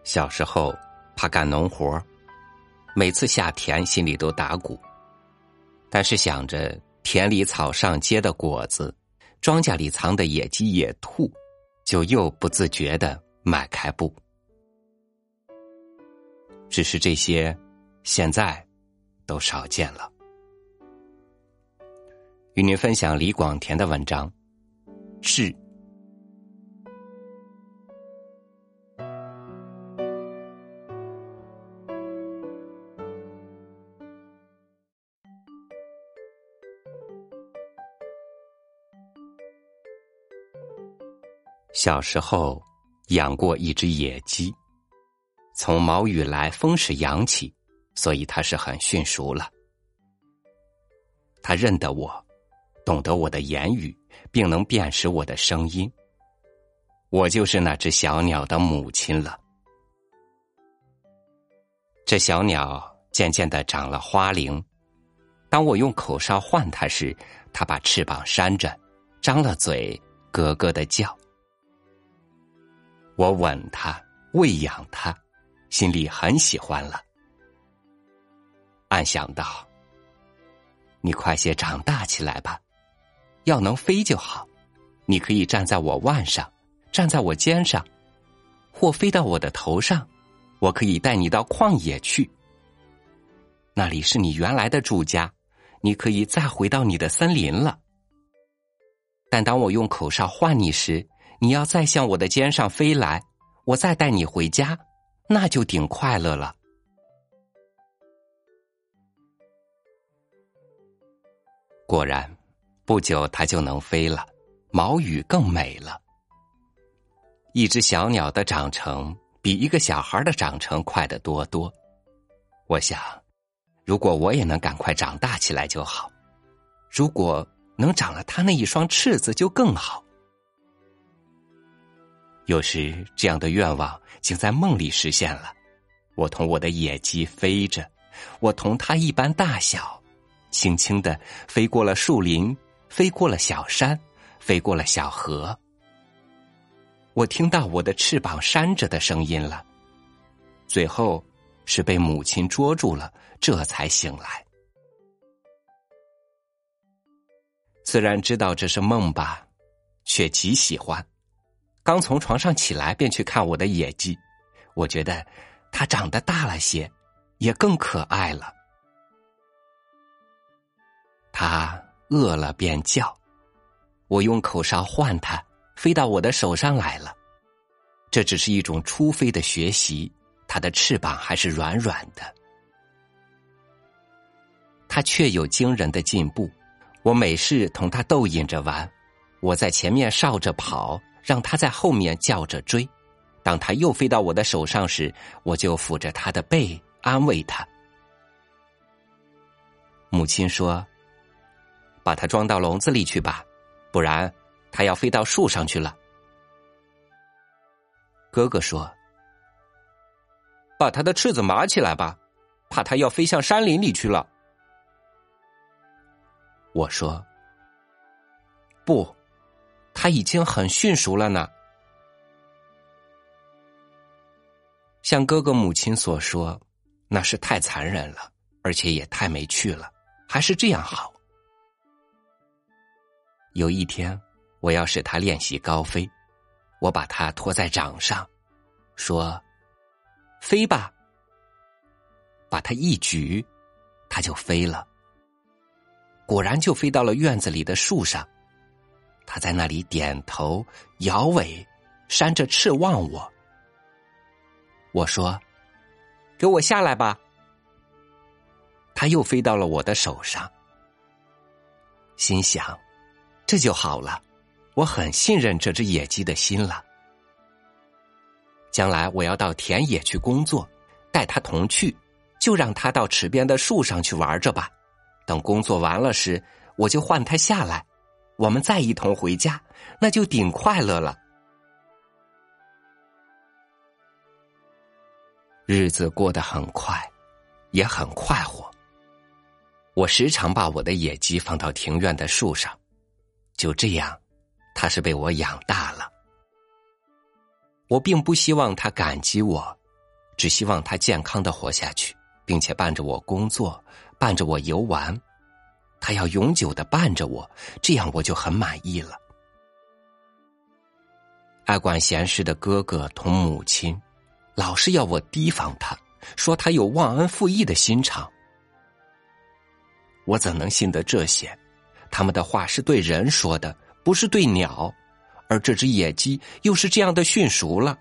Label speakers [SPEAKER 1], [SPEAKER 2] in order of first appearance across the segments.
[SPEAKER 1] 小时候怕干农活，每次下田心里都打鼓，但是想着田里草上结的果子，庄稼里藏的野鸡野兔，就又不自觉地迈开步。只是这些现在都少见了。与您分享李广田的文章《志》。小时候养过一只野鸡，从毛羽来风始养起，所以它是很驯熟了。它认得我，懂得我的言语，并能辨识我的声音。我就是那只小鸟的母亲了。这小鸟渐渐地长了花翎，当我用口哨唤它时，它把翅膀扇着，张了嘴，咯咯地叫。我吻它，喂养它，心里很喜欢了。暗想到，你快些长大起来吧，要能飞就好。你可以站在我腕上，站在我肩上，或飞到我的头上，我可以带你到旷野去。那里是你原来的住家，你可以再回到你的森林了。但当我用口哨唤你时，你要再向我的肩上飞来，我再带你回家，那就顶快乐了。果然，不久它就能飞了，毛羽更美了。一只小鸟的长成比一个小孩的长成快得多多。我想，如果我也能赶快长大起来就好，如果能长了它那一双翅子就更好。有时这样的愿望竟在梦里实现了。我同我的野鸡飞着，我同它一般大小，轻轻地飞过了树林，飞过了小山，飞过了小河。我听到我的翅膀扇着的声音了，最后是被母亲捉住了，这才醒来。虽然知道这是梦吧，却极喜欢。刚从床上起来便去看我的野鸡，我觉得它长得大了些，也更可爱了。它饿了便叫，我用口哨唤它，飞到我的手上来了。这只是一种初飞的学习，它的翅膀还是软软的。它确有惊人的进步，我每事同它逗引着玩，我在前面哨着跑，让它在后面叫着追。当它又飞到我的手上时，我就抚着它的背，安慰它。母亲说，把它装到笼子里去吧，不然它要飞到树上去了。哥哥说，把它的翅子麻起来吧，怕它要飞向山林里去了。我说，不，它已经很驯熟了呢。像哥哥母亲所说，那是太残忍了，而且也太没趣了，还是这样好。有一天，我要使它练习高飞，我把它托在掌上，说，飞吧。把它一举，它就飞了。果然就飞到了院子里的树上，它在那里点头摇尾，扇着翅望我。我说，给我下来吧。它又飞到了我的手上，心想，这就好了，我很信任这只野鸡的心了。将来我要到田野去工作，带它同去，就让它到池边的树上去玩着吧。等工作完了时，我就唤它下来，我们再一同回家，那就顶快乐了。日子过得很快，也很快活。我时常把我的野鸡放到庭院的树上，就这样，它是被我养大了。我并不希望它感激我， 只希望它健康的活下去，并且伴着我工作，伴着我游玩。它要永久的伴着我，这样我就很满意了。爱管闲事的哥哥同母亲，老是要我提防他，说他有忘恩负义的心肠。我怎能信得这些？他们的话是对人说的，不是对鸟，而这只野鸡又是这样的驯熟了。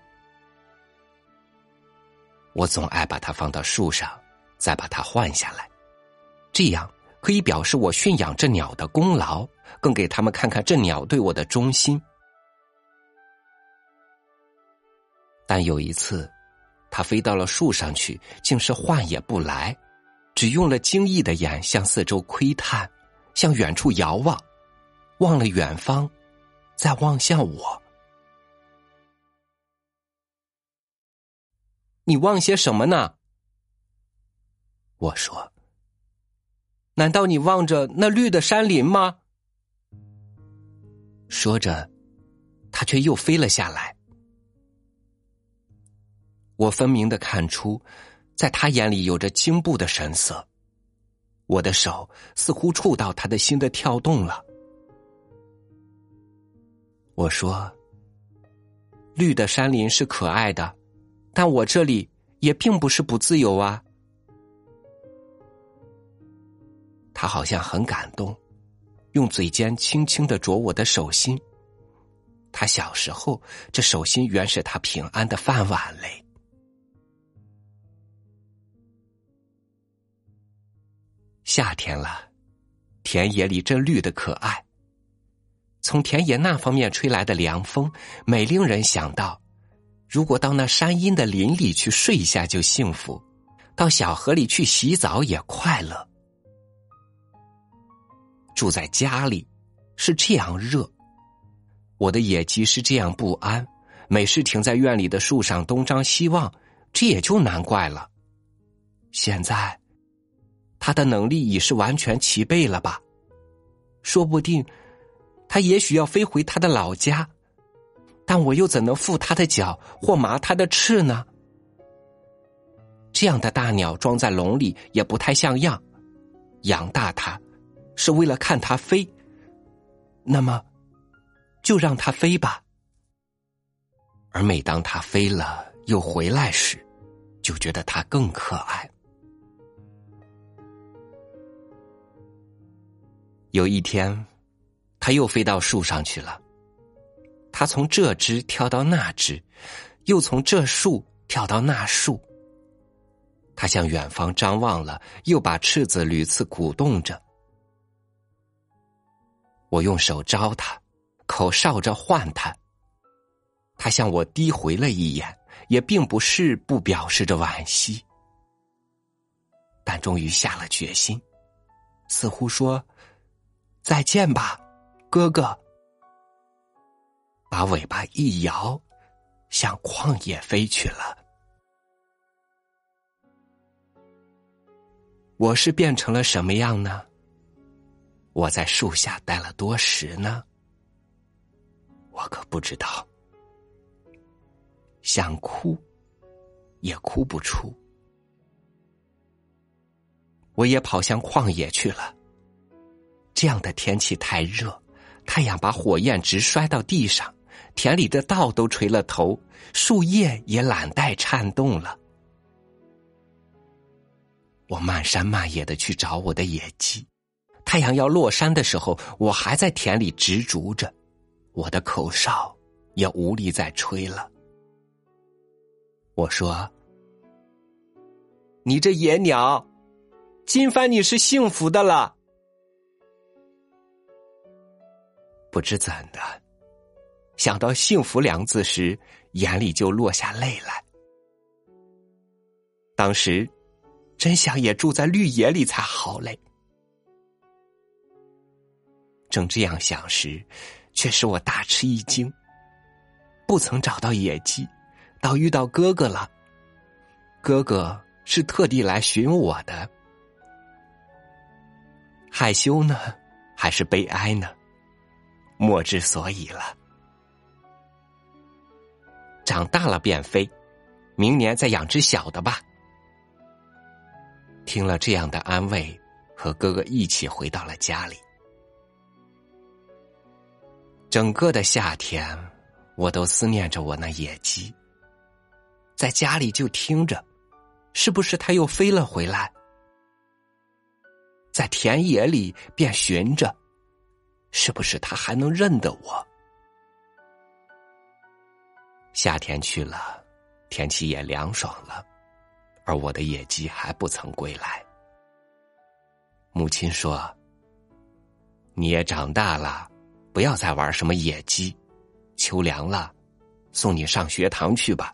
[SPEAKER 1] 我总爱把它放到树上，再把它换下来，这样可以表示我驯养这鸟的功劳，更给他们看看这鸟对我的忠心。但有一次，它飞到了树上去，竟是换也不来，只用了惊异的眼向四周窥探，向远处遥望，望了远方，再望向我。你望些什么呢？我说。难道你望着那绿的山林吗？说着，他却又飞了下来。我分明地看出，在他眼里有着惊怖的神色。我的手似乎触到他的心的跳动了。我说，绿的山林是可爱的，但我这里也并不是不自由啊。他好像很感动，用嘴尖轻轻地啄我的手心。他小时候这手心原是他平安的饭碗嘞。夏天了，田野里真绿得可爱。从田野那方面吹来的凉风，每令人想到，如果到那山阴的林里去睡一下就幸福，到小河里去洗澡也快乐。住在家里是这样热，我的野鸡是这样不安，每事停在院里的树上东张西望，这也就难怪了。现在他的能力已是完全齐备了吧？说不定他也许要飞回他的老家，但我又怎能缚他的脚或麻他的翅呢？这样的大鸟装在笼里也不太像样，养大它是为了看它飞，那么就让它飞吧。而每当它飞了又回来时，就觉得它更可爱。有一天，它又飞到树上去了。它从这枝跳到那枝，又从这树跳到那树。它向远方张望了，又把翅子屡次鼓动着。我用手招它，口哨着唤它。它向我低回了一眼，也并不是不表示着惋惜，但终于下了决心，似乎说：“再见吧，哥哥。”把尾巴一摇，向旷野飞去了。我是变成了什么样呢？我在树下待了多时呢？我可不知道。想哭，也哭不出。我也跑向旷野去了。这样的天气太热，太阳把火焰直摔到地上，田里的稻都垂了头，树叶也懒怠颤动了。我漫山漫野的去找我的野鸡，太阳要落山的时候，我还在田里直逐着，我的口哨也无力再吹了。我说：“你这野鸟，今番你是幸福的了。”不知怎的，想到幸福两字时，眼里就落下泪来。当时真想也住在绿野里才好嘞。正这样想时，却使我大吃一惊，不曾找到野鸡，倒遇到哥哥了。哥哥是特地来寻我的。害羞呢，还是悲哀呢？莫之所以了。长大了便飞， 明年再养只小的吧。听了这样的安慰，和哥哥一起回到了家里。整个的夏天，我都思念着我那野鸡，在家里就听着，是不是它又飞了回来？在田野里便寻着，是不是它还能认得我？夏天去了，天气也凉爽了，而我的野鸡还不曾归来。母亲说：“你也长大了，不要再玩什么野鸡，秋凉了，送你上学堂去吧。”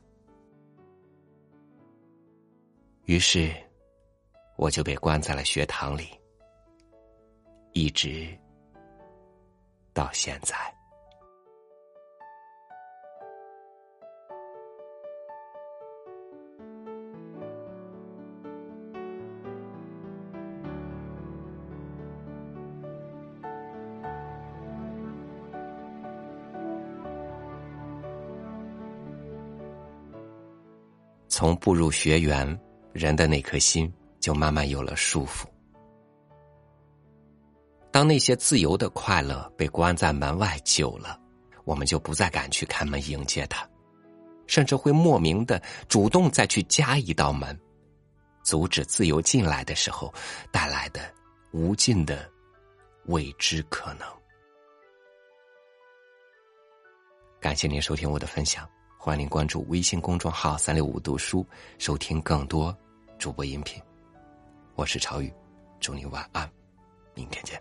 [SPEAKER 1] 于是，我就被关在了学堂里，一直到现在。从步入学园，人的那颗心就慢慢有了束缚。当那些自由的快乐被关在门外久了，我们就不再敢去开门迎接它，甚至会莫名的主动再去加一道门，阻止自由进来的时候带来的无尽的未知可能。感谢您收听我的分享，欢迎您关注微信公众号365读书，收听更多主播音频。我是朝宇，祝你晚安，明天见。